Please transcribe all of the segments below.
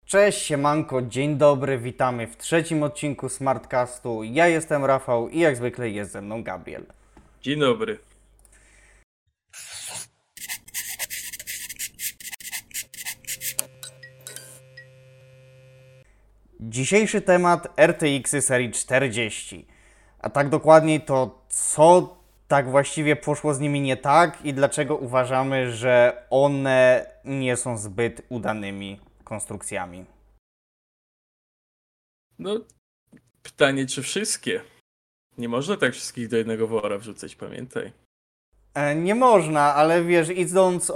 Cześć, siemanko, dzień dobry, witamy w trzecim odcinku Smartcastu. Ja jestem Rafał i jak zwykle jest ze mną Gabriel. Dzień dobry. Dzisiejszy temat RTX-y serii 40. A tak dokładniej to co tak właściwie poszło z nimi nie tak i dlaczego uważamy, że one nie są zbyt udanymi konstrukcjami. No, pytanie, czy wszystkie? Nie można tak wszystkich do jednego wora wrzucać, pamiętaj. Nie można, ale wiesz, idąc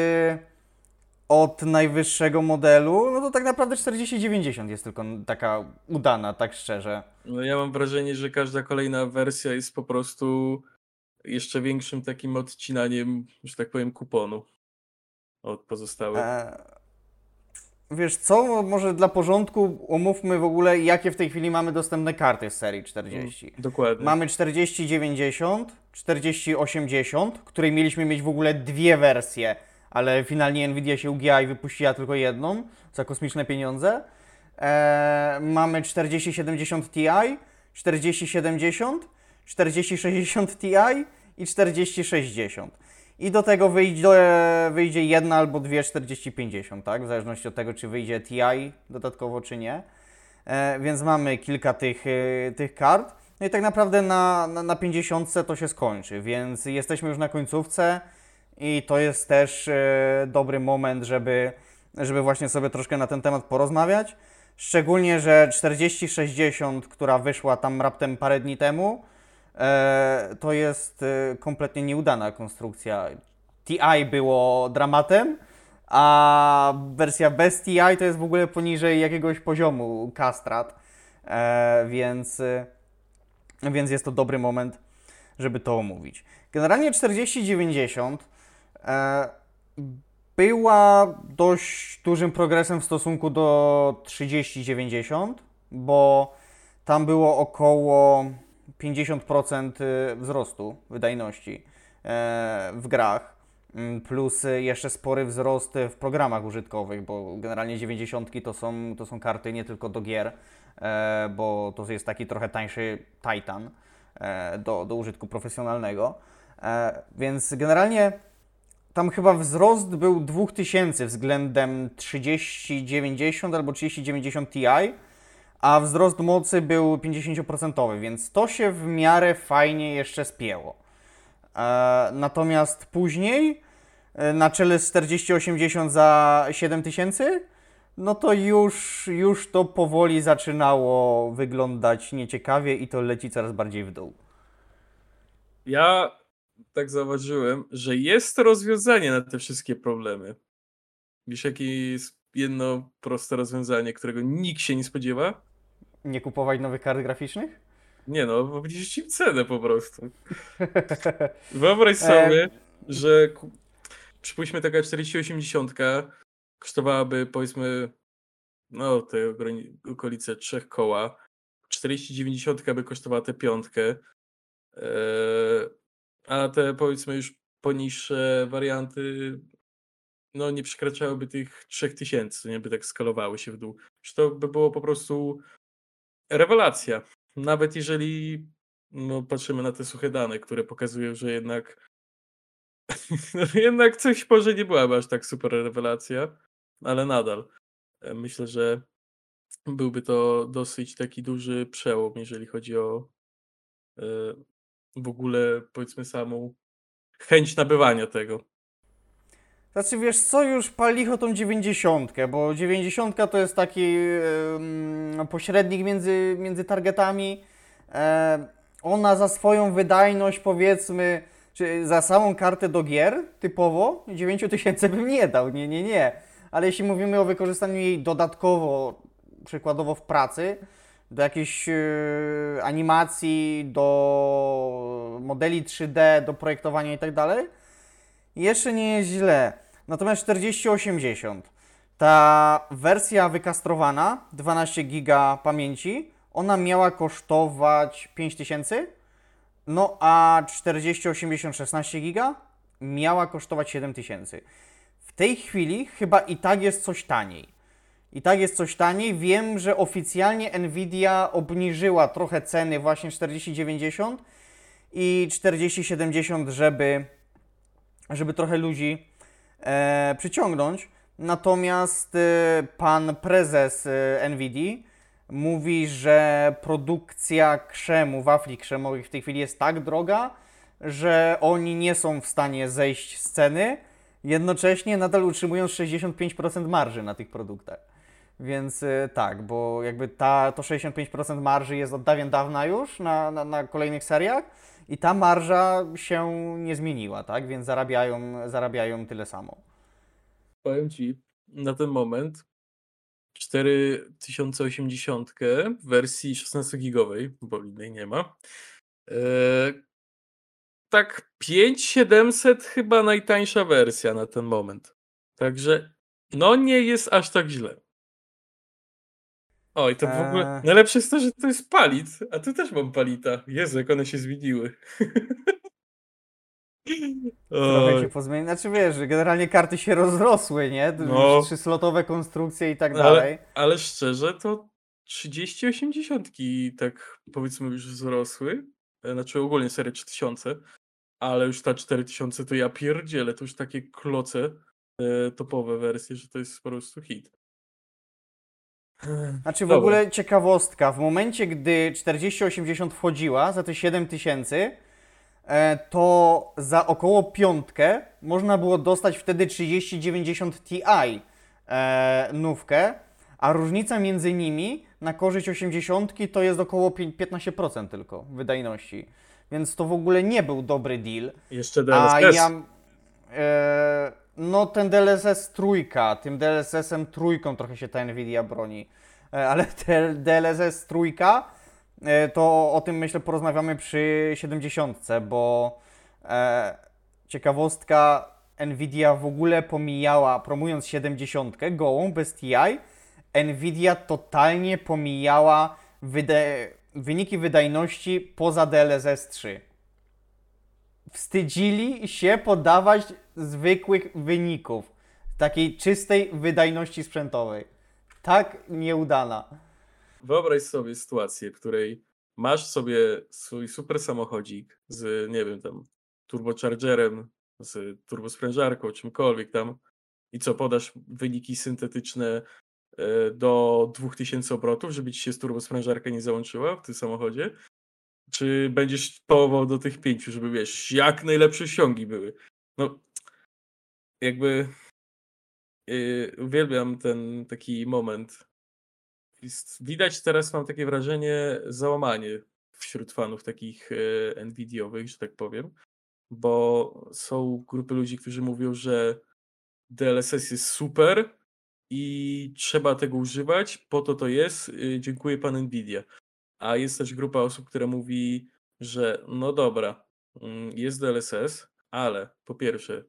od najwyższego modelu, no to tak naprawdę 4090 jest tylko taka udana, tak szczerze. No, ja mam wrażenie, że każda kolejna wersja jest po prostu jeszcze większym takim odcinaniem, że tak powiem, kuponu od pozostałych. E, Wiesz co, może dla porządku omówmy w ogóle, jakie w tej chwili mamy dostępne karty z serii 40. Dokładnie. Mamy 4090, 4080, której mieliśmy mieć w ogóle dwie wersje, ale finalnie Nvidia się ugięła i wypuściła tylko jedną za kosmiczne pieniądze. Mamy 4070 Ti, 4070, 4060 Ti i 4060. I do tego wyjdzie jedna albo dwie 4050, tak? W zależności od tego, czy wyjdzie Ti dodatkowo, czy nie. Więc mamy kilka tych kart. No i tak naprawdę na 50 to się skończy, więc jesteśmy już na końcówce i to jest też dobry moment, żeby właśnie sobie troszkę na ten temat porozmawiać. Szczególnie, że 4060, która wyszła tam raptem parę dni temu, to jest kompletnie nieudana konstrukcja. TI było dramatem, a wersja bez TI to jest w ogóle poniżej jakiegoś poziomu kastrat, więc jest to dobry moment, żeby to omówić. Generalnie 4090 była dość dużym progresem w stosunku do 3090, bo tam było około 50% wzrostu wydajności w grach, plus jeszcze spory wzrost w programach użytkowych, bo generalnie 90 to są karty nie tylko do gier, bo to jest taki trochę tańszy Titan do użytku profesjonalnego. Więc generalnie tam chyba wzrost był 2000 względem 3090 albo 3090 Ti, a wzrost mocy był 50%, więc to się w miarę fajnie jeszcze spięło. Natomiast później, na czele z 4080 za 7000, no to już to powoli zaczynało wyglądać nieciekawie i to leci coraz bardziej w dół. Ja tak zauważyłem, że jest rozwiązanie na te wszystkie problemy. Wiesz, jakie jest jedno proste rozwiązanie, którego nikt się nie spodziewa? Nie kupować nowych kart graficznych? Nie no, obniżyć im cenę po prostu. Wyobraź E, sobie, że przypuśćmy taka 4080 kosztowałaby powiedzmy no te okolice 3 koła. 4090 by kosztowała tę piątkę. A te powiedzmy już poniższe warianty no nie przekraczałyby tych 3000, nie by tak skalowały się w dół. Że to by było po prostu rewelacja. Nawet jeżeli no, patrzymy na te suche dane, które pokazują, że jednak no, jednak coś może nie byłaby aż tak super rewelacja, ale nadal myślę, że byłby to dosyć taki duży przełom, jeżeli chodzi o e, w ogóle powiedzmy samą chęć nabywania tego. Znaczy wiesz co, już pal licho tą 90, bo 90 to jest taki pośrednik między targetami. Ona za swoją wydajność powiedzmy, czy za samą kartę do gier typowo 9000 bym nie dał, nie. Ale jeśli mówimy o wykorzystaniu jej dodatkowo, przykładowo w pracy, do jakiejś animacji, do modeli 3D, do projektowania i tak dalej, jeszcze nie jest źle. Natomiast 4080, ta wersja wykastrowana, 12 GB pamięci, ona miała kosztować 5000, no a 4080 16 GB miała kosztować 7000. W tej chwili chyba i tak jest coś taniej. I tak jest coś taniej. Wiem, że oficjalnie Nvidia obniżyła trochę ceny właśnie 4090 i 4070, żeby trochę ludzi przyciągnąć. Natomiast pan prezes Nvidii mówi, że produkcja krzemu, wafli krzemowych w tej chwili jest tak droga, że oni nie są w stanie zejść z ceny, jednocześnie nadal utrzymując 65% marży na tych produktach. Więc tak, bo jakby to 65% marży jest od dawien dawna już na kolejnych seriach i ta marża się nie zmieniła, tak? Więc zarabiają tyle samo. Powiem ci, na ten moment 4080 w wersji 16-gigowej, bo innej nie ma. Tak 5700 chyba najtańsza wersja na ten moment. Także no nie jest aż tak źle. Oj, to w ogóle najlepsze jest to, że to jest palit, a tu też mam palita. Jezu, jak one się zmieniły. Trochę się Oj, pozmieni. Znaczy wiesz, że generalnie karty się rozrosły, nie? no, 3-slotowe konstrukcje i tak ale, dalej. ale szczerze to 3080 tak powiedzmy już wzrosły. Znaczy ogólnie seria 3000, ale już ta 4000 to ja pierdzielę, to już takie kloce topowe wersje, że to jest po prostu hit. Znaczy w Dobra. ogóle ciekawostka, w momencie gdy 4080 wchodziła za te 7000, to za około piątkę można było dostać wtedy 3090 Ti nówkę, a różnica między nimi na korzyść 80 to jest około 15% tylko wydajności. Więc to w ogóle nie był dobry deal. Jeszcze A DLSS. ja. No, ten DLSS trójka, tym DLSS-em trójką trochę się ta Nvidia broni. Ale DLSS trójka, to o tym myślę porozmawiamy przy 70, bo ciekawostka, Nvidia w ogóle pomijała, promując 70 gołą, bez TI, Nvidia totalnie pomijała wyniki wydajności poza DLSS 3. Wstydzili się podawać zwykłych wyników, takiej czystej wydajności sprzętowej. Tak nieudana. Wyobraź sobie sytuację, w której masz sobie swój super samochodzik z, nie wiem, tam turbochargerem, z turbosprężarką, czymkolwiek tam i co, podasz wyniki syntetyczne do 2000 obrotów, żeby ci się z turbosprężarka nie załączyła w tym samochodzie? Czy będziesz pałował do tych 5, żeby wiesz, jak najlepsze osiągi były? No, jakby uwielbiam ten taki moment. Widać teraz, mam takie wrażenie, załamanie wśród fanów takich Nvidiowych, że tak powiem, bo są grupy ludzi, którzy mówią, że DLSS jest super i trzeba tego używać, po to to jest, dziękuję pan Nvidia. A jest też grupa osób, która mówi, że no dobra, jest DLSS, ale po pierwsze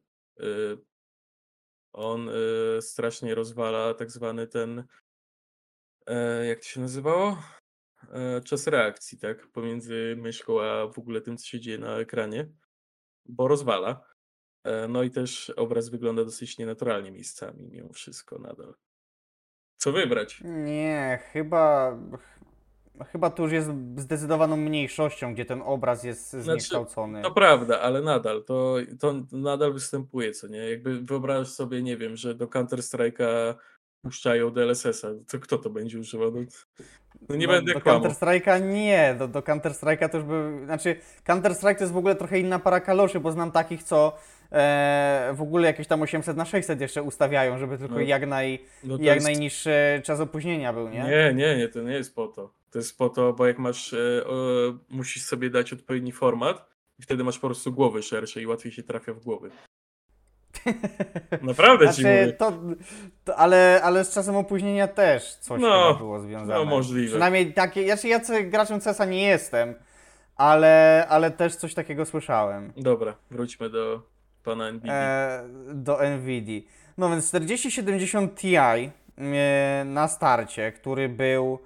on strasznie rozwala tak zwany ten, jak to się nazywało? Czas reakcji, tak? Pomiędzy myszką a w ogóle tym, co się dzieje na ekranie, bo rozwala. No i też obraz wygląda dosyć nienaturalnie miejscami, mimo wszystko nadal. Co wybrać? Nie, chyba to już jest zdecydowaną mniejszością, gdzie ten obraz jest Znaczy, zniekształcony. to prawda, ale nadal, to nadal występuje, co nie? Jakby wyobraź sobie, nie wiem, że do Counter-Strike'a puszczają DLSS-a, to kto to będzie używał? No nie No, będę do kłamał. Counter-Strike'a nie, do Counter-Strike'a to już by... Znaczy, Counter-Strike to jest w ogóle trochę inna para kaloszy, bo znam takich, co w ogóle jakieś tam 800/600 jeszcze ustawiają, żeby tylko No, no to jak jest... najniższy czas opóźnienia był, nie? Nie, to nie jest po to. To jest po to, bo jak masz, musisz sobie dać odpowiedni format i wtedy masz po prostu głowy szersze i łatwiej się trafia w głowy. Naprawdę ci Znaczy, mówię. ale z czasem opóźnienia też coś chyba było związane. No możliwe. Przynajmniej takie, ja graczem CS-a nie jestem, ale też coś takiego słyszałem. Dobra, wróćmy do pana Nvidia. Do Nvidii. No więc 4070 Ti na starcie, który był.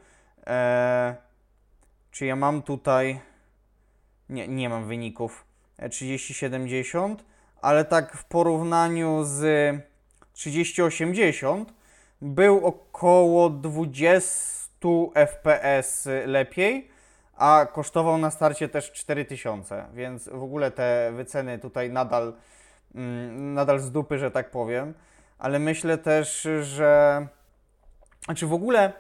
Czy ja mam tutaj. Nie mam wyników 3070, ale tak w porównaniu z 3080 był około 20 FPS lepiej, a kosztował na starcie też 4000, więc w ogóle te wyceny tutaj nadal z dupy, że tak powiem, ale myślę też, że znaczy w ogóle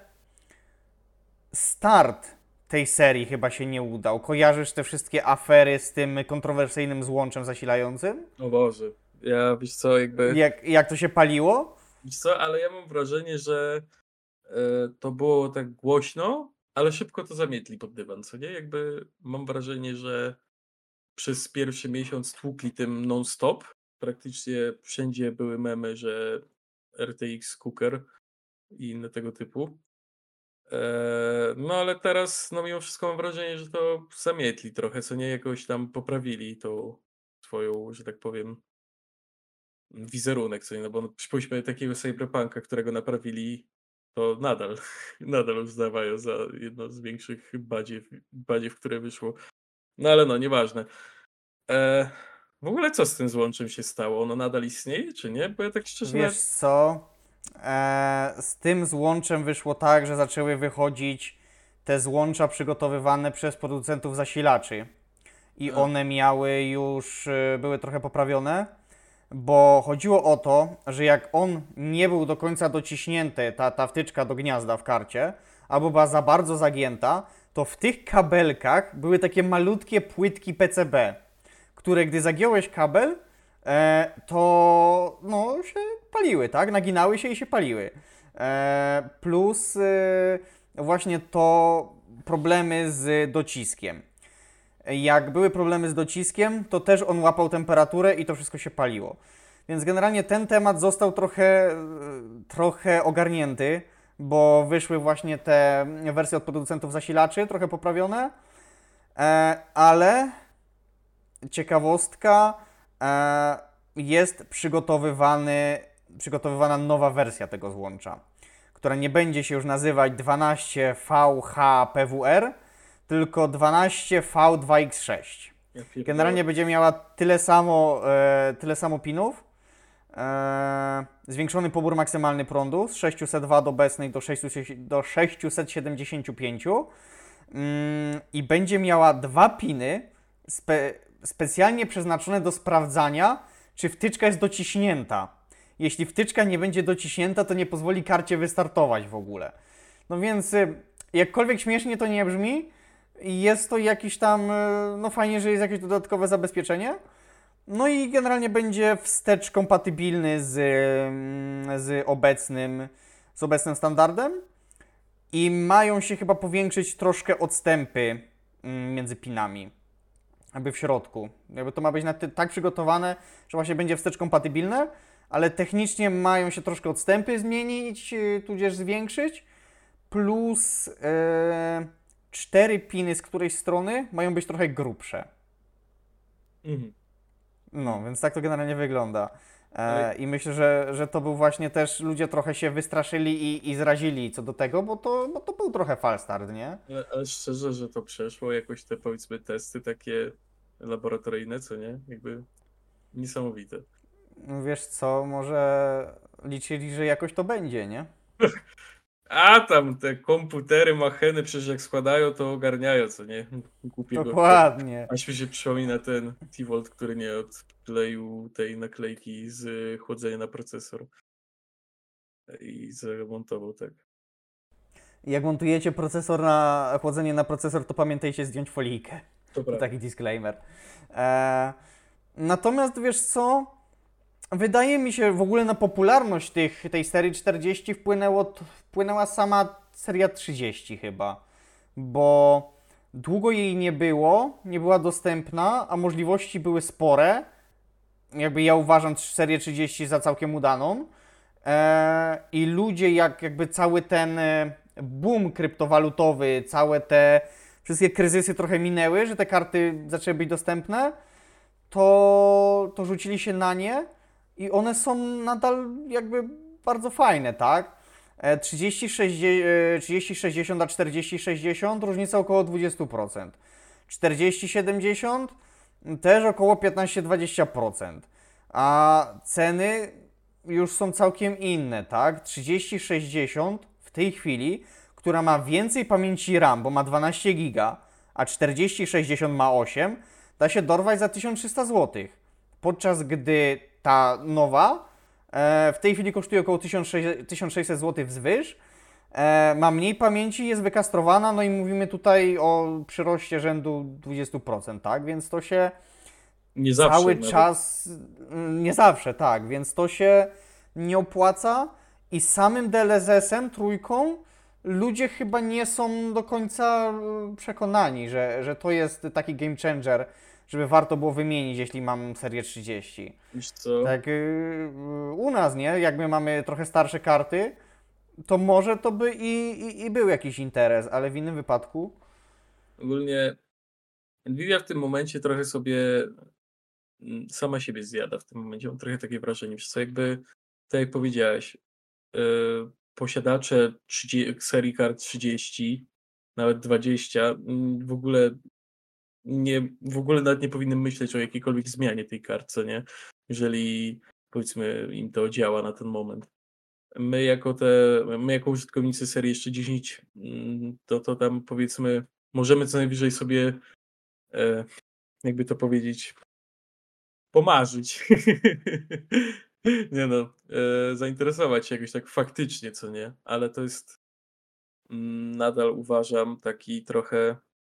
start tej serii chyba się nie udał. Kojarzysz te wszystkie afery z tym kontrowersyjnym złączem zasilającym? O Boże, ja wiesz co, jakby, Jak to się paliło? wiesz co, ale ja mam wrażenie, że to było tak głośno, ale szybko to zamietli pod dywan, co nie? Jakby mam wrażenie, że przez pierwszy miesiąc tłukli tym non-stop. Praktycznie wszędzie były memy, że RTX Cooker i inne tego typu. No ale teraz, no mimo wszystko mam wrażenie, że to zamietli trochę, co nie jakoś tam poprawili tą swoją, że tak powiem, wizerunek, co nie, no bo no, przypuśćmy takiego Cyberpunka, którego naprawili, to nadal, nadal uznawają za jedno z większych badziew, które wyszło. No ale no, nieważne. E, w ogóle co z tym złączem się stało? Ono nadal istnieje, czy nie? Bo ja tak szczerze Wiesz nawet... co? Z tym złączem wyszło tak, że zaczęły wychodzić te złącza przygotowywane przez producentów zasilaczy. I A, one były trochę poprawione, bo chodziło o to, że jak on nie był do końca dociśnięty, ta wtyczka do gniazda w karcie, albo była za bardzo zagięta, to w tych kabelkach były takie malutkie płytki PCB, które gdy zagiąłeś kabel, to no, się paliły, tak? Naginały się i się paliły. Plus właśnie to problemy z dociskiem. Jak były problemy z dociskiem, to też on łapał temperaturę i to wszystko się paliło. Więc generalnie ten temat został trochę ogarnięty, bo wyszły właśnie te wersje od producentów zasilaczy, trochę poprawione, ale ciekawostka, jest przygotowywana nowa wersja tego złącza, która nie będzie się już nazywać 12VHPWR, tylko 12V2X6. ja pierdolę. Generalnie będzie miała tyle samo pinów, zwiększony pobór maksymalny prądu z 600 W obecnej do 675 i będzie miała dwa piny specjalnie przeznaczone do sprawdzania, czy wtyczka jest dociśnięta. Jeśli wtyczka nie będzie dociśnięta, to nie pozwoli karcie wystartować w ogóle. No więc jakkolwiek śmiesznie to nie brzmi, jest to jakiś tam, no fajnie, że jest jakieś dodatkowe zabezpieczenie. No i generalnie będzie wstecz kompatybilny z obecnym standardem i mają się chyba powiększyć troszkę odstępy między pinami, jakby w środku. Jakby to ma być tak przygotowane, że właśnie będzie wstecz kompatybilne, ale technicznie mają się troszkę odstępy zmienić, tudzież zwiększyć, plus 4 piny z którejś strony mają być trochę grubsze. Mhm. No, więc tak to generalnie wygląda. Ale I myślę, że to był właśnie też, ludzie trochę się wystraszyli i zrazili co do tego, bo to był trochę falstart, nie? ale szczerze, że to przeszło jakoś te powiedzmy testy takie laboratoryjne, co nie? Jakby niesamowite. No wiesz co, może liczyli, że jakoś to będzie, nie? A tam te komputery, macheny przecież jak składają, to ogarniają, co nie? Głupiego. Dokładnie. Aż mi się przypomina ten T-Volt, który nie odkleił tej naklejki z chłodzenia na procesor i zamontował tak. Jak montujecie chłodzenie na procesor, to pamiętajcie zdjąć folijkę. To To prawda. taki disclaimer. Natomiast wiesz co? Wydaje mi się, w ogóle na popularność tej serii 40 wpłynęła sama seria 30 chyba, bo długo jej nie była dostępna, a możliwości były spore. Jakby ja uważam serię 30 za całkiem udaną. I ludzie, jakby cały ten boom kryptowalutowy, całe te wszystkie kryzysy trochę minęły, że te karty zaczęły być dostępne, to rzucili się na nie i one są nadal jakby bardzo fajne, tak? 3060 a 4060 różnica około 20%. 4070 też około 15-20%. A ceny już są całkiem inne, tak? 3060 w tej chwili, która ma więcej pamięci RAM, bo ma 12 giga, a 4060 ma 8, da się dorwać za 1300 zł. Podczas gdy ta nowa w tej chwili kosztuje około 1600 zł wzwyż, ma mniej pamięci, jest wykastrowana, no i mówimy tutaj o przyroście rzędu 20%, tak? Więc to się Nie zawsze cały nawet. czas, nie zawsze, tak, więc to się nie opłaca i samym DLSS-em, trójką, ludzie chyba nie są do końca przekonani, że to jest taki game changer, żeby warto było wymienić, jeśli mam serię 30. Wiesz co? Tak, u nas, nie? Jak my mamy trochę starsze karty, to może to by i był jakiś interes, ale w innym wypadku Ogólnie Nvidia w tym momencie trochę sobie sama siebie zjada w tym momencie. Mam trochę takie wrażenie, przez co jakby, tak jak powiedziałeś, posiadacze serii kart 30, nawet 20, w ogóle nawet nie powinny myśleć o jakiejkolwiek zmianie tej kartce, nie? Jeżeli powiedzmy im to działa na ten moment. My jako użytkownicy serii jeszcze 10, to tam powiedzmy możemy co najwyżej sobie, jakby to powiedzieć, pomarzyć. Nie no, zainteresować się jakoś tak faktycznie, co nie? Ale to jest, nadal uważam taki trochę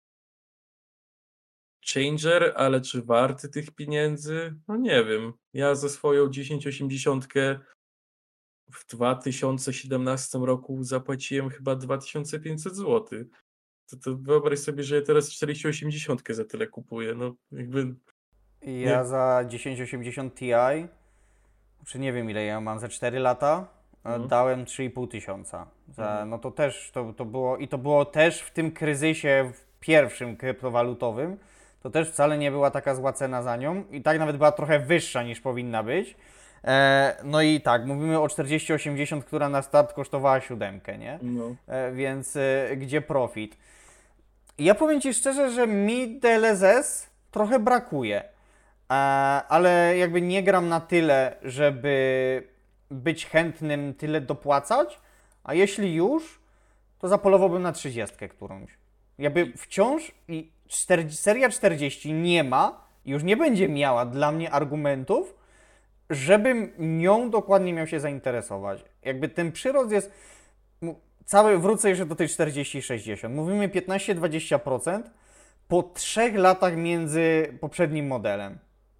changer, ale czy warty tych pieniędzy? No nie wiem. Ja za swoją 1080 w 2017 roku zapłaciłem chyba 2500 zł. To wyobraź sobie, że ja teraz 4080 za tyle kupuję. No jakby ja nie. za 1080 Ti, czy nie wiem ile ja mam, za 4 lata, No, dałem 3,5 tysiąca. mhm. No to też, to było, i to było też w tym kryzysie pierwszym kryptowalutowym, to też wcale nie była taka zła cena za nią i tak nawet była trochę wyższa niż powinna być. No i tak, mówimy o 4080, która na start kosztowała 7, nie? No. Więc gdzie profit? Ja powiem Ci szczerze, że mi DLSS trochę brakuje, ale jakby nie gram na tyle, żeby być chętnym tyle dopłacać, a jeśli już, to zapolowałbym na 30 którąś. Jakby wciąż seria 40 nie ma, już nie będzie miała dla mnie argumentów, żebym nią dokładnie miał się zainteresować. Jakby ten przyrost jest wrócę jeszcze do tej 40-60. Mówimy 15-20% po 3 latach między poprzednim modelem.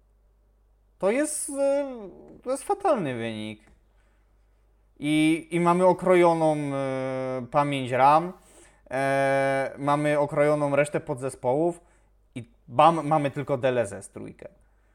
To jest fatalny wynik. I mamy okrojoną pamięć RAM, mamy okrojoną resztę podzespołów i bam, mamy tylko DLSS trójkę.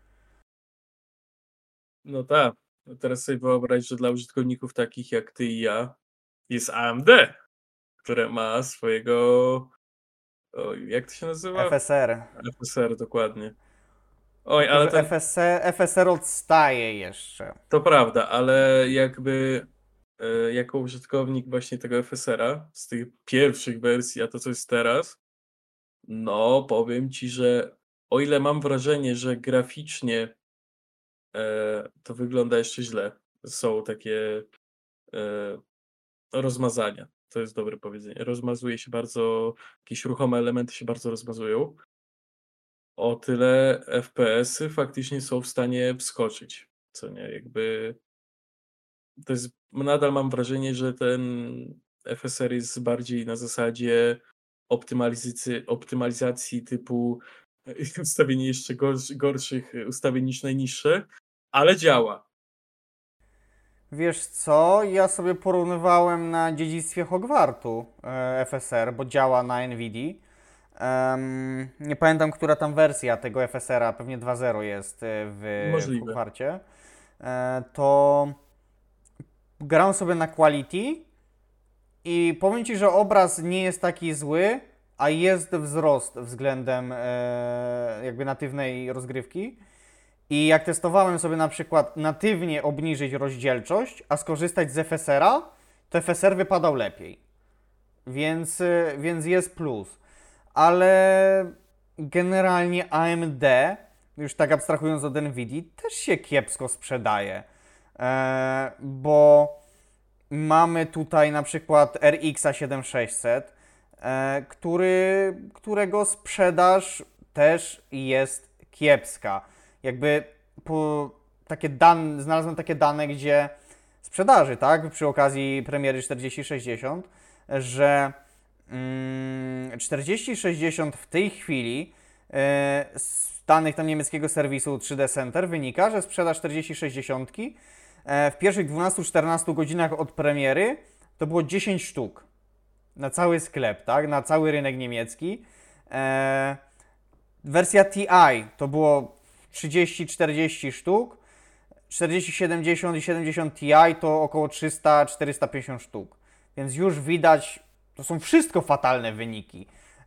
No tak. No teraz sobie wyobraź, że dla użytkowników takich jak ty i ja jest AMD, które ma swojego. Oj, jak to się nazywa? FSR. FSR, dokładnie. Oj, Tylko, ale że ten. FSR odstaje jeszcze. To prawda, ale jakby jako użytkownik właśnie tego FSR-a z tych pierwszych wersji, a to co jest teraz, no powiem ci, że o ile mam wrażenie, że graficznie to wygląda jeszcze źle, są takie rozmazania. To jest dobre powiedzenie. Rozmazuje się bardzo, jakieś ruchome elementy się bardzo rozmazują. O tyle FPS-y faktycznie są w stanie wskoczyć. Co nie, jakby to jest, nadal mam wrażenie, że ten FSR jest bardziej na zasadzie optymalizacji typu ustawienie jeszcze gorszych ustawień niż najniższe, ale działa. Wiesz co, ja sobie porównywałem na dziedzictwie Hogwartu FSR, bo działa na NVIDII. Nie pamiętam, która tam wersja tego FSR-a, pewnie 2.0 jest w Możliwe. Hogwarcie. To gram sobie na Quality i powiem Ci, że obraz nie jest taki zły, a jest wzrost względem jakby natywnej rozgrywki. I jak testowałem sobie na przykład natywnie obniżyć rozdzielczość, a skorzystać z FSR-a, to FSR wypadał lepiej. Więc jest plus. Ale generalnie AMD, już tak abstrahując od NVIDII, też się kiepsko sprzedaje. bo mamy tutaj na przykład RX 7600, którego sprzedaż też jest kiepska. Jakby znalazłem takie dane, gdzie sprzedaży, tak, przy okazji premiery 4060, że 4060 w tej chwili z danych tam niemieckiego serwisu 3D Center wynika, że sprzedaż 4060 w pierwszych 12-14 godzinach od premiery to było 10 sztuk na cały sklep, tak, na cały rynek niemiecki. Wersja TI to było 30-40 sztuk, 4070 i 70 Ti to około 300-450 sztuk. Więc już widać, to są wszystko fatalne wyniki.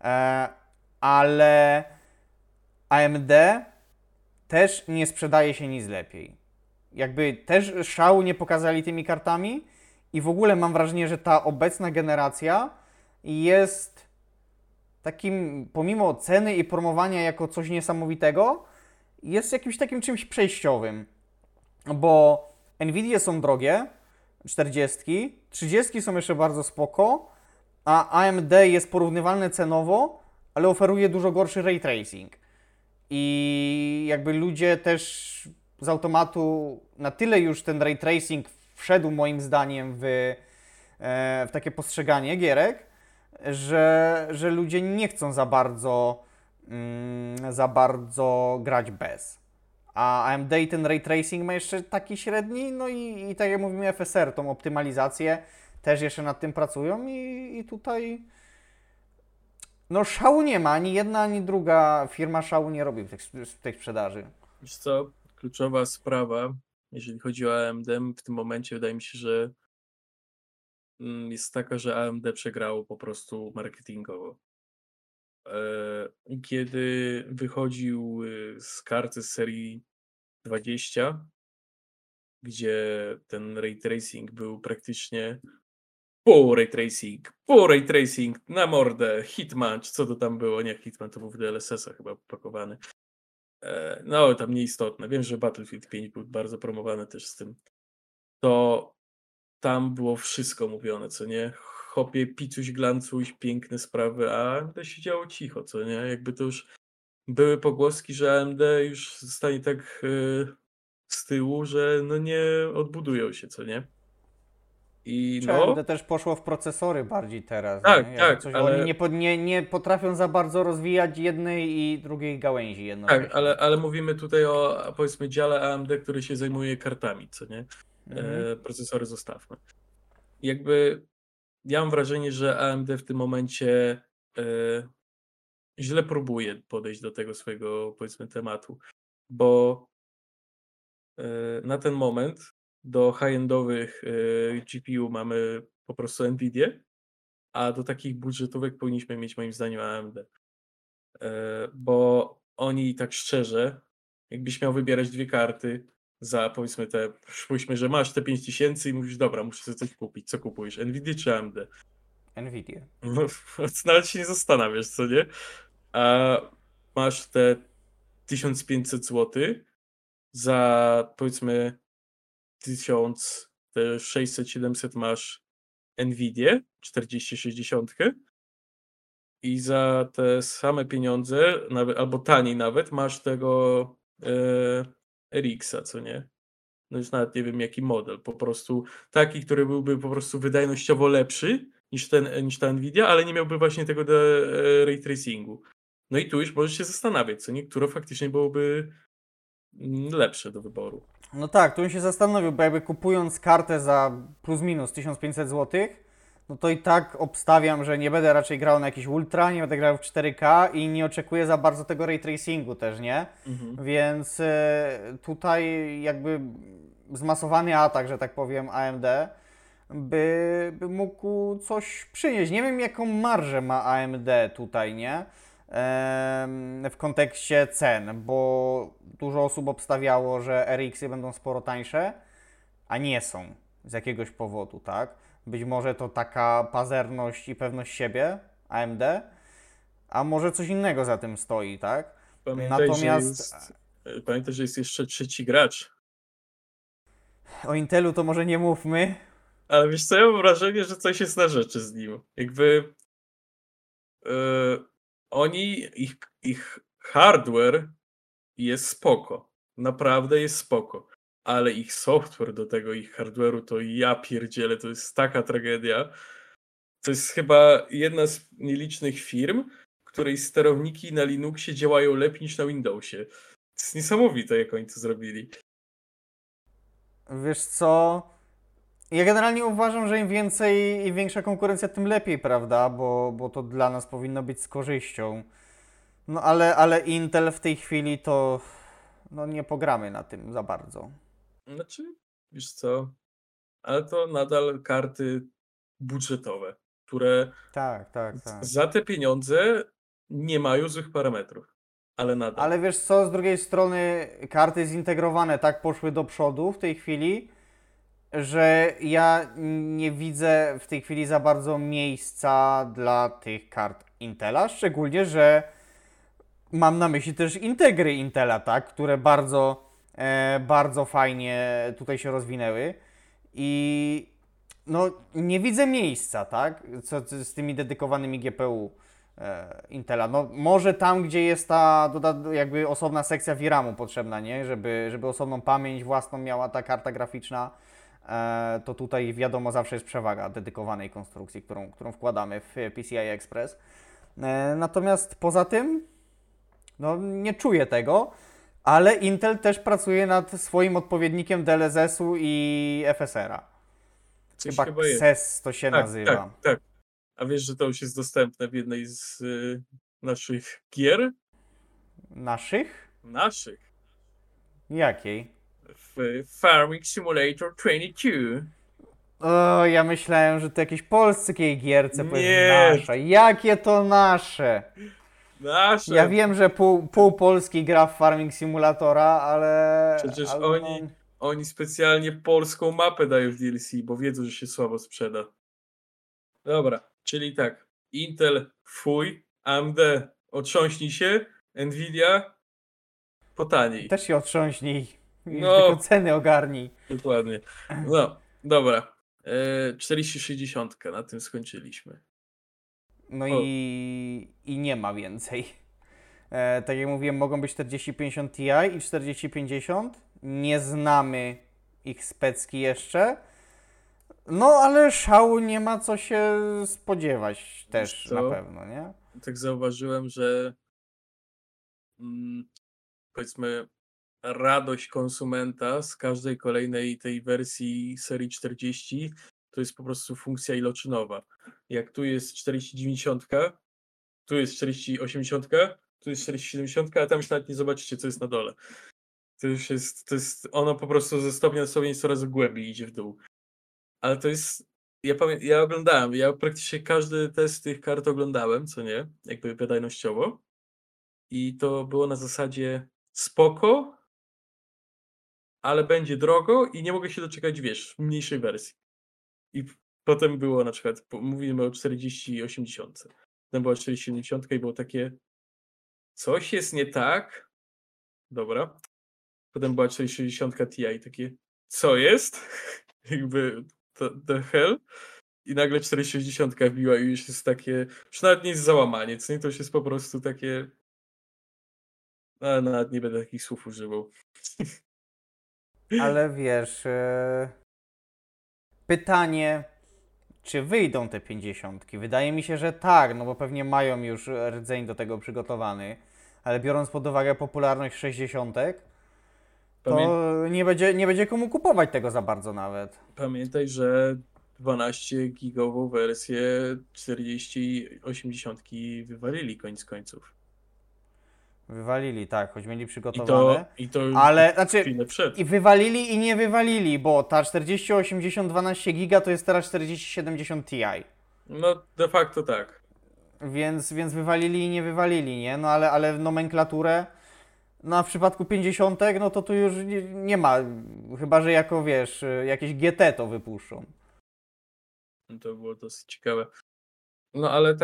Ale AMD też nie sprzedaje się nic lepiej. Jakby też szału nie pokazali tymi kartami i w ogóle mam wrażenie, że ta obecna generacja jest takim, pomimo ceny i promowania jako coś niesamowitego, jest jakimś takim czymś przejściowym. Bo Nvidia są drogie, 40, 30 są jeszcze bardzo spoko, a AMD jest porównywalne cenowo, ale oferuje dużo gorszy ray tracing. I jakby ludzie też z automatu na tyle już ten ray tracing wszedł moim zdaniem w takie postrzeganie gierek, że ludzie nie chcą za bardzo grać bez. A AMD i ten ray tracing ma jeszcze taki średni, no i tak jak mówimy FSR, tą optymalizację też jeszcze nad tym pracują i tutaj no szału nie ma, ani jedna, ani druga firma szału nie robi w tej sprzedaży. Wiesz co, kluczowa sprawa, jeżeli chodzi o AMD, w tym momencie wydaje mi się, że jest taka, że AMD przegrało po prostu marketingowo. Kiedy wychodził z karty z serii 20, gdzie ten ray tracing był praktycznie pół ray tracing na mordę, Hitman, czy co to tam było, nie Hitman, to był w DLSS-a chyba pakowany. No, tam nieistotne. Wiem, że Battlefield 5 był bardzo promowany też z tym. To tam było wszystko mówione, co nie? Chopie, picuś, glancuś, piękne sprawy, a AMD siedziało cicho, co nie? Jakby to już były pogłoski, że AMD już zostanie tak z tyłu, że no nie odbudują się, co nie? I Czy no, AMD też poszło w procesory bardziej teraz, tak, nie? Jakby tak, coś, oni ale nie potrafią za bardzo rozwijać jednej i drugiej gałęzi tak, jednocześnie. ale mówimy tutaj o powiedzmy dziale AMD, który się zajmuje kartami, co nie? Mhm. Procesory zostawmy. Jakby ja mam wrażenie, że AMD w tym momencie źle próbuje podejść do tego swojego, powiedzmy, tematu, bo na ten moment do high-endowych GPU mamy po prostu Nvidia, a do takich budżetówek powinniśmy mieć moim zdaniem AMD. Bo oni tak szczerze, jakbyś miał wybierać dwie karty za powiedzmy te, przypuśćmy, że masz te 5000 i mówisz, dobra, muszę sobie coś kupić. Co kupujesz? Nvidia czy AMD? Nvidia. No, nawet się nie zastanawiasz, co nie? A masz te 1500 zł za powiedzmy 1000, te 600-700 masz Nvidia 4060 i za te same pieniądze, nawet, albo taniej nawet, masz tego RX-a, co nie? No już nawet nie wiem jaki model, po prostu taki, który byłby po prostu wydajnościowo lepszy niż ta Nvidia, ale nie miałby właśnie tego ray tracingu. No i tu już możesz się zastanawiać, co niektóre faktycznie byłoby lepsze do wyboru. No tak, tu bym się zastanowił, bo jakby kupując kartę za plus minus 1500 zł, no to i tak obstawiam, że nie będę raczej grał na jakiś ultra, nie będę grał w 4K i nie oczekuję za bardzo tego ray tracingu też, nie? Mhm. Więc tutaj jakby zmasowany atak, że tak powiem, AMD by mógł coś przynieść. Nie wiem, jaką marżę ma AMD tutaj, nie? W kontekście cen, bo dużo osób obstawiało, że RX-y będą sporo tańsze, a nie są z jakiegoś powodu, tak? Być może to taka pazerność i pewność siebie AMD, a może coś innego za tym stoi, tak? Pamiętaj, że Natomiast jest, pamiętaj, że jest jeszcze trzeci gracz. O Intelu to może nie mówmy. Ale wiesz co, ja mam wrażenie, że coś jest na rzeczy z nim. Jakby yy, ich hardware jest spoko. Naprawdę jest spoko. Ale ich software do tego, ich hardware'u, to ja pierdzielę, to jest taka tragedia. To jest chyba jedna z nielicznych firm, której sterowniki na Linuxie działają lepiej niż na Windowsie. To jest niesamowite, jak oni to zrobili. Wiesz co? Ja generalnie uważam, że im więcej i większa konkurencja, tym lepiej, prawda? Bo to dla nas powinno być z korzyścią. No ale Intel w tej chwili to no nie pogramy na tym za bardzo. Znaczy, wiesz co, ale to nadal karty budżetowe, które Tak, tak, tak. za te pieniądze nie mają złych parametrów, ale nadal. Ale wiesz co, z drugiej strony karty zintegrowane tak poszły do przodu w tej chwili, że ja nie widzę w tej chwili za bardzo miejsca dla tych kart Intela, szczególnie, że mam na myśli też integry Intela, tak, które bardzo fajnie tutaj się rozwinęły i no nie widzę miejsca, tak, co z tymi dedykowanymi GPU Intela. No może tam, gdzie jest ta jakby osobna sekcja VRAMu potrzebna, nie, żeby osobną pamięć własną miała ta karta graficzna, to tutaj wiadomo zawsze jest przewaga dedykowanej konstrukcji, którą wkładamy w PCI Express. Natomiast poza tym no, nie czuję tego, ale Intel też pracuje nad swoim odpowiednikiem DLSS-u i FSR-a. Coś Chyba chyba jest. XES to się Tak, tak, nazywa. tak. A wiesz, że to już jest dostępne w jednej z naszych gier? Naszych? Naszych. Jakiej? W Farming Simulator 22. O, ja myślałem, że to jakieś polskie gierce powiesz Nie, nasze. Jakie to nasze? Ja nasze. wiem, że pół Polski gra w Farming Simulatora, Przecież ale no... oni specjalnie polską mapę dają w DLC, bo wiedzą, że się słabo sprzeda. Dobra, czyli tak. Intel fuj, AMD otrząśnij się, Nvidia potaniej. Też się otrząśnij. Już tylko No, ceny ogarnij. dokładnie. No, dobra. 4060, na tym skończyliśmy. No O, i nie ma więcej. Tak jak mówiłem, mogą być 4050 Ti i 4050. Nie znamy ich specki jeszcze. No ale szału nie ma co się spodziewać wiesz też na co? pewno, nie? Tak zauważyłem, że mm, powiedzmy radość konsumenta z każdej kolejnej tej wersji serii 40 to jest po prostu funkcja iloczynowa. Jak tu jest 4090, tu jest 4080, tu jest 4070, a tam już nawet nie zobaczycie, co jest na dole. To jest ono po prostu ze stopnia na stopień coraz głębiej idzie w dół. Ale to jest, ja oglądałem, ja praktycznie każdy test tych kart oglądałem, co nie, jakby wydajnościowo. I to było na zasadzie spoko, ale będzie drogo i nie mogę się doczekać, wiesz, mniejszej wersji. I potem było na przykład, mówimy o 4080. Potem była 4070 i było takie, coś jest nie tak. Dobra. Potem była 4060 Ti i takie, co jest? Jakby, the hell? I nagle 4060 wbiła i już jest takie, już nawet nie jest załamanie, co nie? To już jest po prostu takie, a nawet nie będę takich słów używał. Ale wiesz, pytanie, czy wyjdą te 50? Wydaje mi się, że tak, no bo pewnie mają już rdzeń do tego przygotowany. Ale biorąc pod uwagę popularność 60, Pamię to nie będzie komu kupować tego za bardzo nawet. Pamiętaj, że 12-gigową wersję 4080 wywalili koniec końców. Wywalili, tak, choć mieli I to, przygotowane. i to Ale, znaczy, chwilę przed. i wywalili i nie wywalili, bo ta 4080 12 giga to jest teraz 4070 Ti. No, de facto tak. Więc wywalili i nie wywalili, nie? No ale nomenklaturę, no a w przypadku 50, no to tu już nie ma, chyba że jako, wiesz, jakieś GT to wypuszczą. No to było dosyć ciekawe. No ale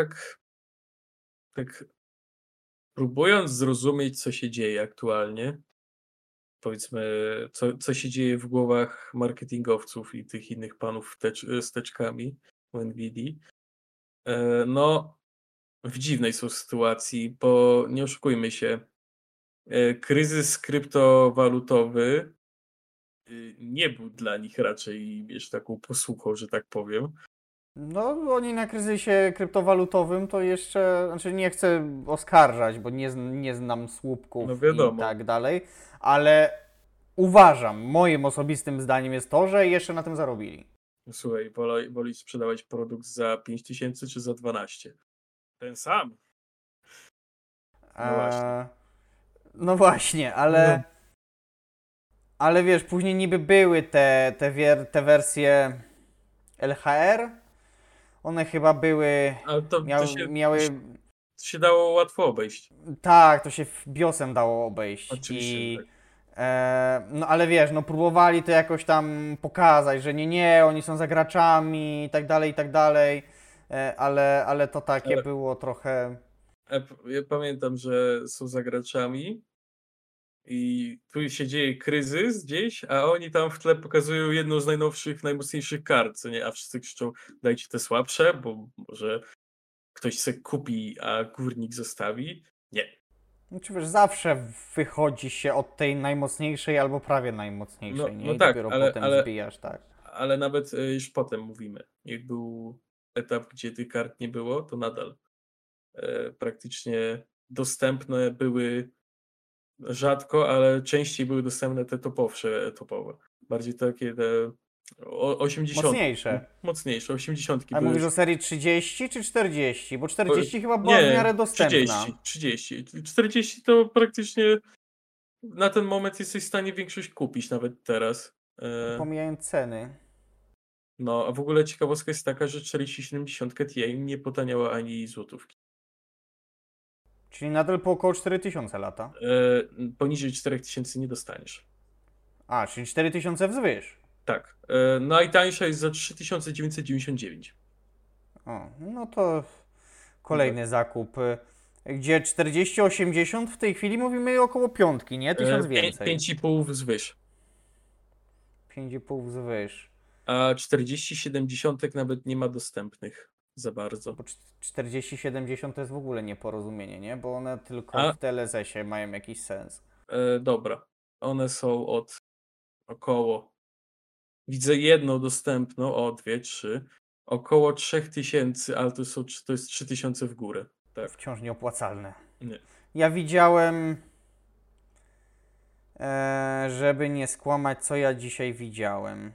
tak próbując zrozumieć, co się dzieje aktualnie, powiedzmy, co się dzieje w głowach marketingowców i tych innych panów z teczkami u Nvidii. No, w dziwnej są sytuacji, bo nie oszukujmy się, kryzys kryptowalutowy nie był dla nich raczej, wiesz, taką posłuchą, że tak powiem. No, oni na kryzysie kryptowalutowym to jeszcze, znaczy nie chcę oskarżać, bo nie znam No słupków i wiadomo. tak dalej, ale uważam, moim osobistym zdaniem jest to, że jeszcze na tym zarobili. Słuchaj, woli sprzedawać produkt za 5000 czy za 12? Ten sam. No właśnie. No właśnie, No. ale wiesz, później niby były te wersje LHR, one chyba były, Ale miały, to się dało łatwo obejść. tak, to się BIOSem dało obejść Oczywiście, że tak. no ale wiesz, no próbowali to jakoś tam pokazać, że nie, oni są za graczami i tak dalej, ale to takie Ale było trochę... ja pamiętam, że są za graczami i tu się dzieje kryzys gdzieś, a oni tam w tle pokazują jedną z najnowszych, najmocniejszych kart, co nie? A wszyscy krzyczą, dajcie te słabsze, bo może ktoś se kupi, a górnik zostawi. Nie. Znaczy wiesz, zawsze wychodzi się od tej najmocniejszej albo prawie najmocniejszej, nie? No I tak, dopiero potem zbijasz, tak. ale nawet już potem mówimy. Jak był etap, gdzie tych kart nie było, to nadal praktycznie dostępne były rzadko, ale częściej były dostępne te topowe. Bardziej takie te 80. Mocniejsze. Mocniejsze, 80 A były. mówisz o serii 30 czy 40? Bo 40 chyba była w Nie, miarę dostępna. 30. 40 to praktycznie na ten moment jesteś w stanie większość kupić, nawet teraz. Pomijając ceny. No, a w ogóle ciekawostka jest taka, że 4070 Ti nie potaniała ani złotówki. Czyli nadal po około 4000 lata. Poniżej 4000 nie dostaniesz. A, czyli 4000 wzwyż. Tak. Najtańsza jest za 3999. O, no to kolejny zakup. Gdzie 4080 w tej chwili mówimy około piątki, nie? 1000 więcej. 5,5 wzwyż. 5,5 wzwyż. A 4070 nawet nie ma dostępnych za bardzo. Bo 4070 to jest w ogóle nieporozumienie, nie? Bo one tylko A w TLS-ie mają jakiś sens. dobra. One są od około. Widzę jedną dostępną, o 2, 3. Około 3000, ale to jest 3000 w górę. Tak. Wciąż nieopłacalne. Nie. Ja widziałem, żeby nie skłamać, co ja dzisiaj widziałem.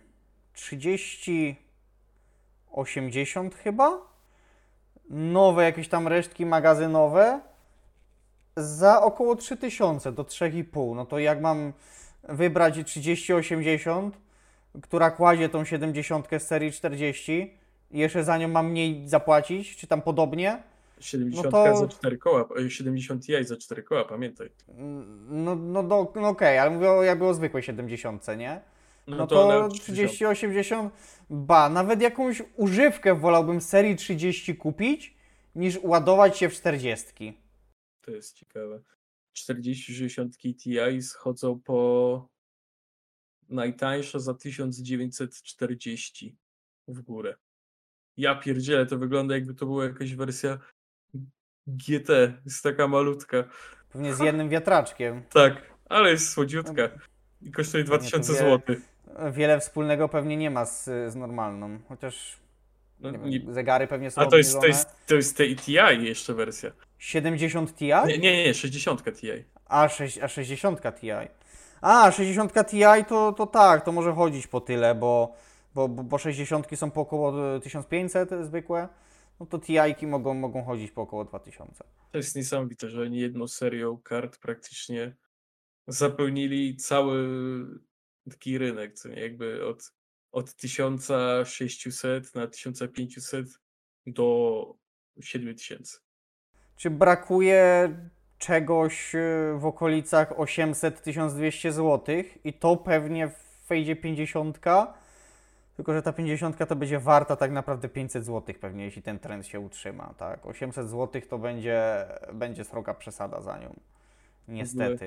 3080 chyba? Nowe jakieś tam resztki magazynowe za około 3000 do 3,5. No to jak mam wybrać 3080, która kładzie tą 70 z serii 40 i jeszcze za nią mam mniej zapłacić, czy tam podobnie, 70 no to... za 4 koła, 70 Ti za 4 koła, pamiętaj. No okej, ale mówię jakby o zwykłej 70, nie? No to to nawet 3080, nawet jakąś używkę wolałbym serii 30 kupić, niż ładować się w 40. To jest ciekawe. 4060 Ti schodzą po najtańsza za 1940 w górę. Ja pierdzielę, to wygląda jakby to była jakaś wersja GT, jest taka malutka. Pewnie z jednym wiatraczkiem. Tak, ale jest słodziutka i kosztuje Pewnie 2000 to zł. Wiele wspólnego pewnie nie ma z normalną, chociaż No, nie wiem, zegary pewnie są a obniżone. to jest tej Ti jeszcze wersja. 70 Ti? Nie, 60 Ti. A 60 Ti. A, 60 Ti to tak, to może chodzić po tyle, bo 60 są po około 1500 zwykłe, no to Ti-ki mogą chodzić po około 2000. To jest niesamowite, że oni jedną serią kart praktycznie zapełnili cały taki rynek, co nie? Jakby od 1600 na 1500 do 7000. Czy brakuje czegoś w okolicach 800-1200 zł i to pewnie wejdzie 50, tylko że ta 50 to będzie warta tak naprawdę 500 zł pewnie, jeśli ten trend się utrzyma, tak? 800 zł to będzie sroga przesada za nią. Niestety.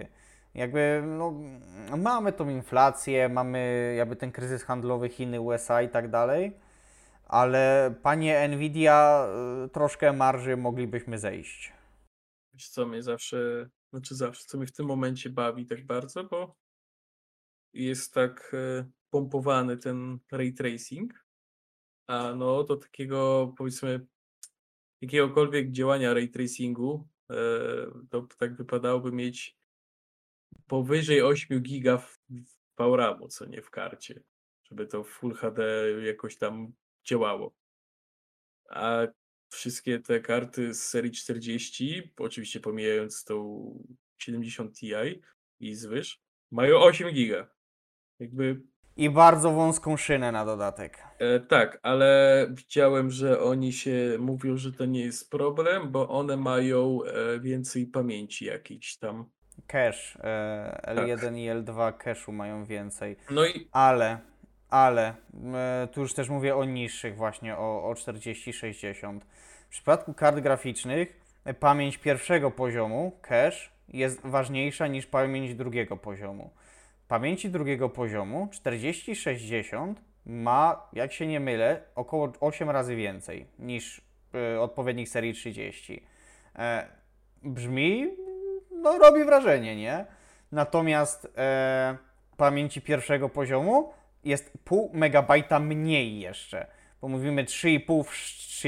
Jakby, no, mamy tą inflację, mamy jakby ten kryzys handlowy Chiny, USA i tak dalej, ale panie Nvidia, troszkę marży moglibyśmy zejść. Wiesz co mnie zawsze, co mnie w tym momencie bawi tak bardzo, bo jest tak pompowany ten ray tracing, a no do takiego powiedzmy jakiegokolwiek działania ray tracingu to tak wypadałoby mieć powyżej 8 giga w VRAMu, co nie w karcie, żeby to w Full HD jakoś tam działało. A wszystkie te karty z serii 40, oczywiście pomijając tą 70 Ti i zwyż, mają 8 giga. Jakby I bardzo wąską szynę na dodatek. tak, ale widziałem, że oni się mówią, że to nie jest problem, bo one mają więcej pamięci jakiejś tam. Cache, Tak. L1 i L2 cache'u mają więcej. No i Ale, ale, tu już też mówię o niższych właśnie, o 4060. W przypadku kart graficznych pamięć pierwszego poziomu, cache, jest ważniejsza niż pamięć drugiego poziomu. Pamięci drugiego poziomu 4060 ma, jak się nie mylę, około 8 razy więcej niż odpowiednik serii 30. Brzmi, no robi wrażenie, nie? Natomiast pamięci pierwszego poziomu jest pół megabajta mniej jeszcze, bo mówimy 3,5 w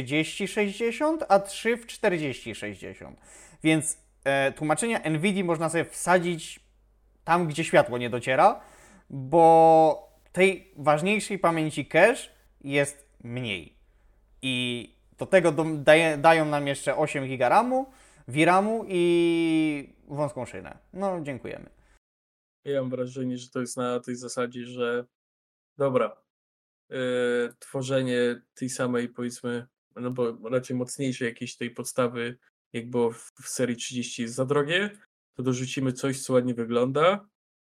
3060, a 3 w 4060. Więc tłumaczenia NVIDII można sobie wsadzić tam, gdzie światło nie dociera, bo tej ważniejszej pamięci cache jest mniej. I do tego dają nam jeszcze 8 GB RAMu, VRAMu i wąską szynę. No, dziękujemy. ja mam wrażenie, że to jest na tej zasadzie, że dobra, tworzenie tej samej powiedzmy, no bo raczej mocniejszej jakiejś tej podstawy, jak było w serii 30 jest za drogie, to dorzucimy coś, co ładnie wygląda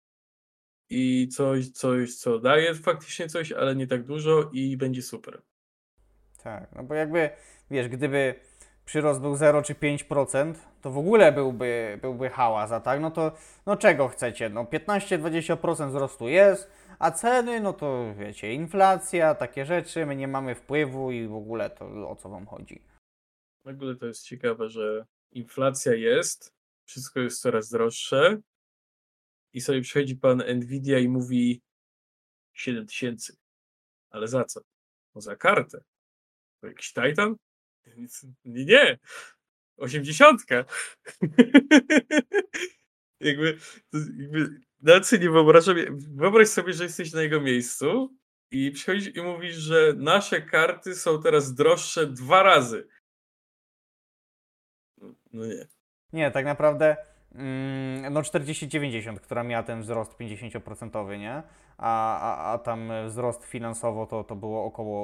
i coś, co daje faktycznie coś, ale nie tak dużo i będzie super. Tak, no bo jakby, wiesz, gdyby przyrost był 0 czy 5%, to w ogóle byłby hałas, a tak, no to, no czego chcecie? No 15-20% wzrostu jest, a ceny, no to wiecie, inflacja, takie rzeczy, my nie mamy wpływu i w ogóle to o co wam chodzi? W ogóle to jest ciekawe, że inflacja jest, wszystko jest coraz droższe i sobie przychodzi pan Nvidia i mówi 7000, ale za co? No za kartę. To jakiś Titan? Nie, nie. 80. Jakby, jakby nawet sobie nie wyobrażam. Wyobraź sobie, że jesteś na jego miejscu i przychodzisz i mówisz, że nasze karty są teraz droższe 2 razy. No nie. Nie, tak naprawdę no 4090, która miała ten wzrost 50%, nie? A tam wzrost finansowo to było około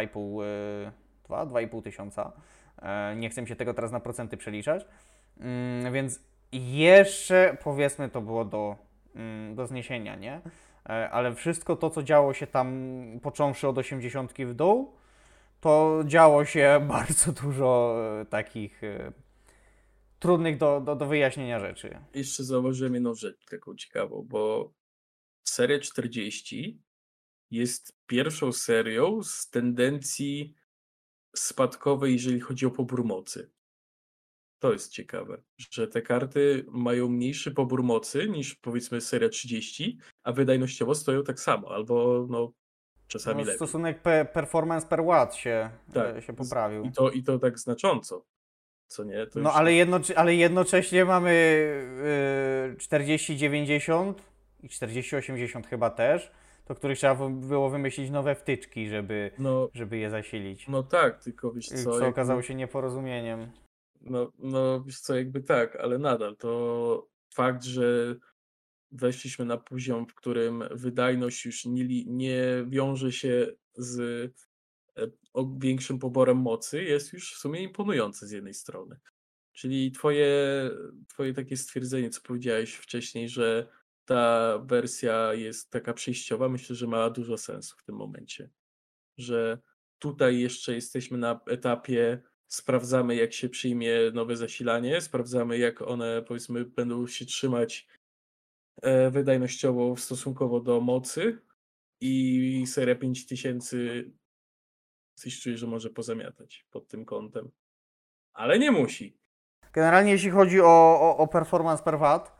2,5 tysiąca. Nie chcę mi się tego teraz na procenty przeliczać. Więc jeszcze powiedzmy to było do zniesienia, nie? Ale wszystko to, co działo się tam, począwszy od 80 w dół, to działo się bardzo dużo takich trudnych do wyjaśnienia rzeczy. Jeszcze zauważyłem jedną rzecz taką ciekawą, bo seria 40 jest pierwszą serią z tendencji spadkowej, jeżeli chodzi o pobór mocy. To jest ciekawe, że te karty mają mniejszy pobór mocy niż powiedzmy seria 30, a wydajnościowo stoją tak samo, albo no czasami No, lepiej. stosunek performance per watt Tak. się poprawił. I to tak znacząco, co nie? To No już tak. ale jednocześnie mamy 4090 i 4080 chyba też, do których trzeba było wymyślić nowe wtyczki, No, żeby je zasilić. no tak, tylko wiesz co, Co jakby, okazało się nieporozumieniem. no wiesz co, jakby tak, ale nadal to fakt, że weszliśmy na poziom, w którym wydajność już nie wiąże się z większym poborem mocy, jest już w sumie imponujący z jednej strony. Czyli twoje takie stwierdzenie, co powiedziałeś wcześniej, że ta wersja jest taka przejściowa, myślę, że ma dużo sensu w tym momencie. Że tutaj jeszcze jesteśmy na etapie, sprawdzamy, jak się przyjmie nowe zasilanie, sprawdzamy, jak one, powiedzmy, będą się trzymać wydajnościowo stosunkowo do mocy i seria 5000 coś czuję, że może pozamiatać pod tym kątem. Ale nie musi. Generalnie jeśli chodzi o performance per watt,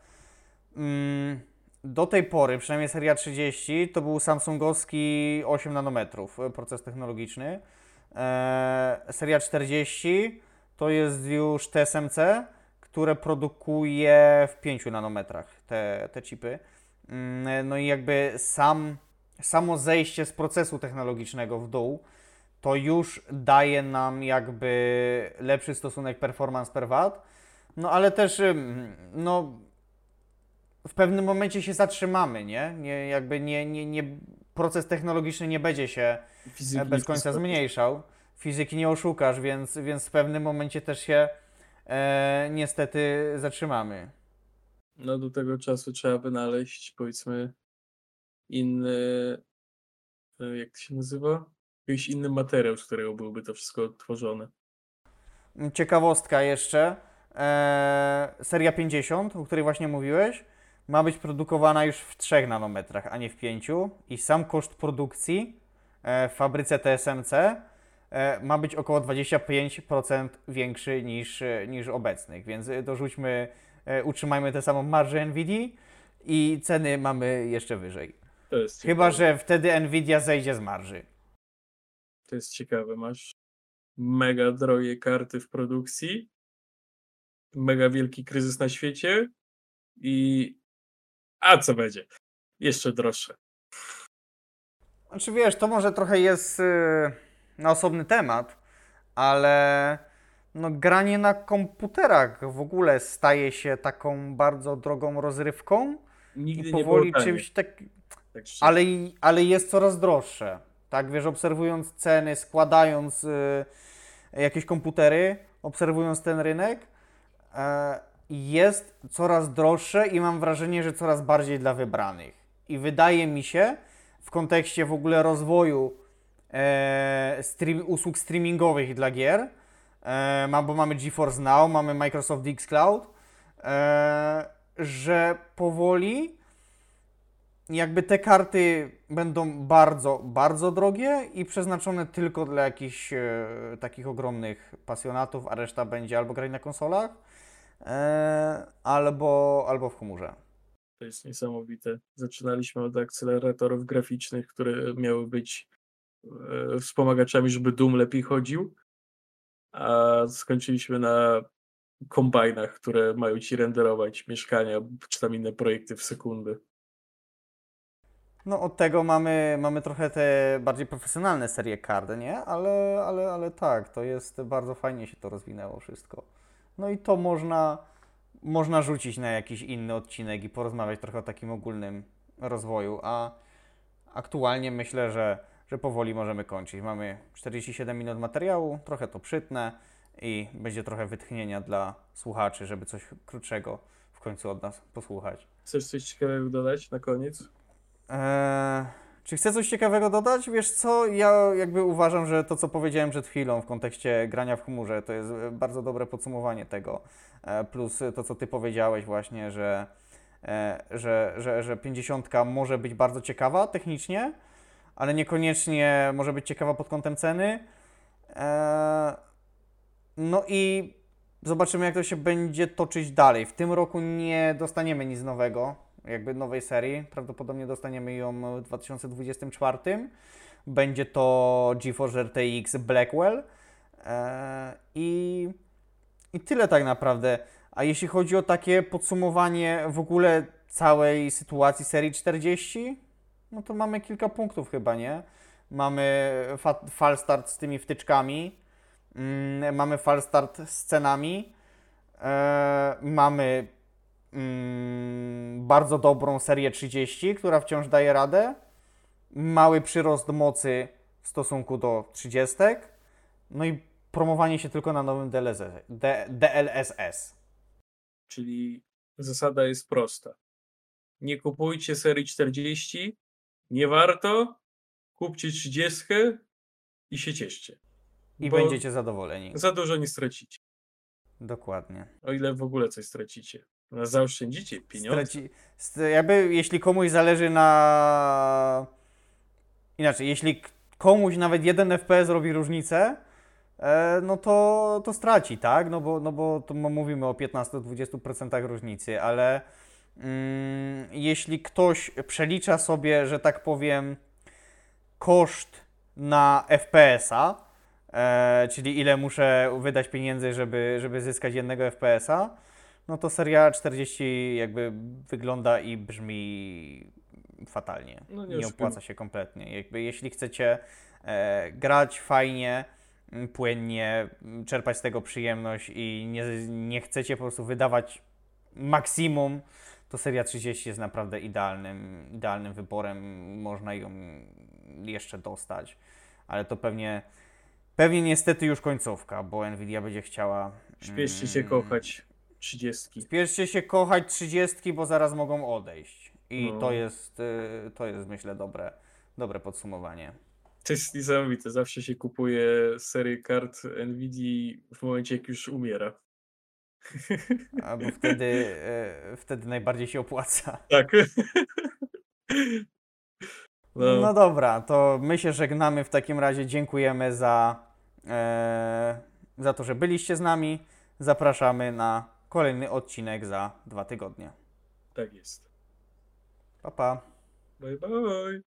do tej pory, przynajmniej seria 30, to był samsungowski 8 nanometrów proces technologiczny. Seria 40 to jest już TSMC, które produkuje w 5 nanometrach te chipy. No i jakby samo zejście z procesu technologicznego w dół to już daje nam jakby lepszy stosunek performance per watt, no ale też no w pewnym momencie się zatrzymamy, nie? Proces technologiczny nie będzie się Fizyki bez nie końca przeskoczysz. zmniejszał. Fizyki nie oszukasz, więc w pewnym momencie też się niestety zatrzymamy. No do tego czasu trzeba wynaleźć, powiedzmy, inny, jak to się nazywa? Jakiś inny materiał, z którego byłoby to wszystko tworzone. Ciekawostka jeszcze. Seria 50, o której właśnie mówiłeś, ma być produkowana już w 3 nanometrach, a nie w 5. I sam koszt produkcji w fabryce TSMC ma być około 25% większy niż obecnych. Więc dorzućmy, utrzymajmy tę samą marżę Nvidia i ceny mamy jeszcze wyżej. To jest Chyba, ciekawe. że wtedy Nvidia zejdzie z marży. To jest ciekawe. Masz mega drogie karty w produkcji, mega wielki kryzys na świecie i a co będzie? Jeszcze droższe. Znaczy wiesz, to może trochę jest na osobny temat, ale no, granie na komputerach w ogóle staje się taką bardzo drogą rozrywką i Nigdy nie było powoli tanie, czymś tak, tak szczerze. ale jest coraz droższe. Tak, wiesz, obserwując ceny, składając jakieś komputery, obserwując ten rynek, jest coraz droższe i mam wrażenie, że coraz bardziej dla wybranych. I wydaje mi się, w kontekście w ogóle rozwoju usług streamingowych dla gier, bo mamy GeForce Now, mamy Microsoft xCloud, że powoli jakby te karty będą bardzo, bardzo drogie i przeznaczone tylko dla jakichś takich ogromnych pasjonatów, a reszta będzie albo grać na konsolach, albo w chmurze. To jest niesamowite. Zaczynaliśmy od akceleratorów graficznych, które miały być wspomagaczami, żeby Doom lepiej chodził, a skończyliśmy na kombajnach, które mają ci renderować mieszkania czy tam inne projekty w sekundę. No od tego mamy trochę te bardziej profesjonalne serie kart, nie? Ale tak, to jest bardzo fajnie się to rozwinęło wszystko. No i to można rzucić na jakiś inny odcinek i porozmawiać trochę o takim ogólnym rozwoju, a aktualnie myślę, że powoli możemy kończyć. Mamy 47 minut materiału, trochę to przytnę i będzie trochę wytchnienia dla słuchaczy, żeby coś krótszego w końcu od nas posłuchać. Chcesz coś ciekawego dodać na koniec? Czy chcę coś ciekawego dodać? Wiesz co, ja jakby uważam, że to, co powiedziałem przed chwilą w kontekście grania w chmurze, to jest bardzo dobre podsumowanie tego. Plus to, co ty powiedziałeś właśnie, że 50 może być bardzo ciekawa technicznie, ale niekoniecznie może być ciekawa pod kątem ceny. No i zobaczymy, jak to się będzie toczyć dalej. W tym roku nie dostaniemy nic nowego, jakby nowej serii. Prawdopodobnie dostaniemy ją w 2024. Będzie to GeForce RTX Blackwell. I tyle tak naprawdę. A jeśli chodzi o takie podsumowanie w ogóle całej sytuacji serii 40, no to mamy kilka punktów chyba, nie? Mamy falstart z tymi wtyczkami, mamy falstart z cenami, mamy bardzo dobrą serię 30, która wciąż daje radę, mały przyrost mocy w stosunku do 30, no i promowanie się tylko na nowym DLSS. Czyli zasada jest prosta. Nie kupujcie serii 40, nie warto, kupcie 30 i się cieszcie. I Bo będziecie zadowoleni. za dużo nie stracicie. Dokładnie. O ile w ogóle coś stracicie. No, zaoszczędzicie pieniądze. Jakby jeśli komuś zależy na... Inaczej, jeśli komuś nawet 1 FPS robi różnicę, no to straci, tak? No bo to mówimy o 15-20% różnicy, ale jeśli ktoś przelicza sobie, że tak powiem, koszt na FPS-a, czyli ile muszę wydać pieniędzy, żeby zyskać 1 FPS-a, no to seria 40 jakby wygląda i brzmi fatalnie. No nie Nie opłaca oszukujmy. się kompletnie. Jakby jeśli chcecie grać fajnie, płynnie, czerpać z tego przyjemność i nie chcecie po prostu wydawać maksimum, to seria 30 jest naprawdę idealnym wyborem. Można ją jeszcze dostać, ale to pewnie niestety już końcówka, bo Nvidia będzie chciała. Śpieszcie się kochać 30. Spieszcie się kochać 30, bo zaraz mogą odejść. I No, to jest myślę dobre podsumowanie. to jest niesamowite. Zawsze się kupuje serię kart Nvidii w momencie, jak już umiera. Bo wtedy najbardziej się opłaca. Tak. No No, dobra, to my się żegnamy w takim razie. Dziękujemy za to, że byliście z nami. Zapraszamy na kolejny odcinek za 2 tygodnie. tak jest. Pa, pa. Bye bye.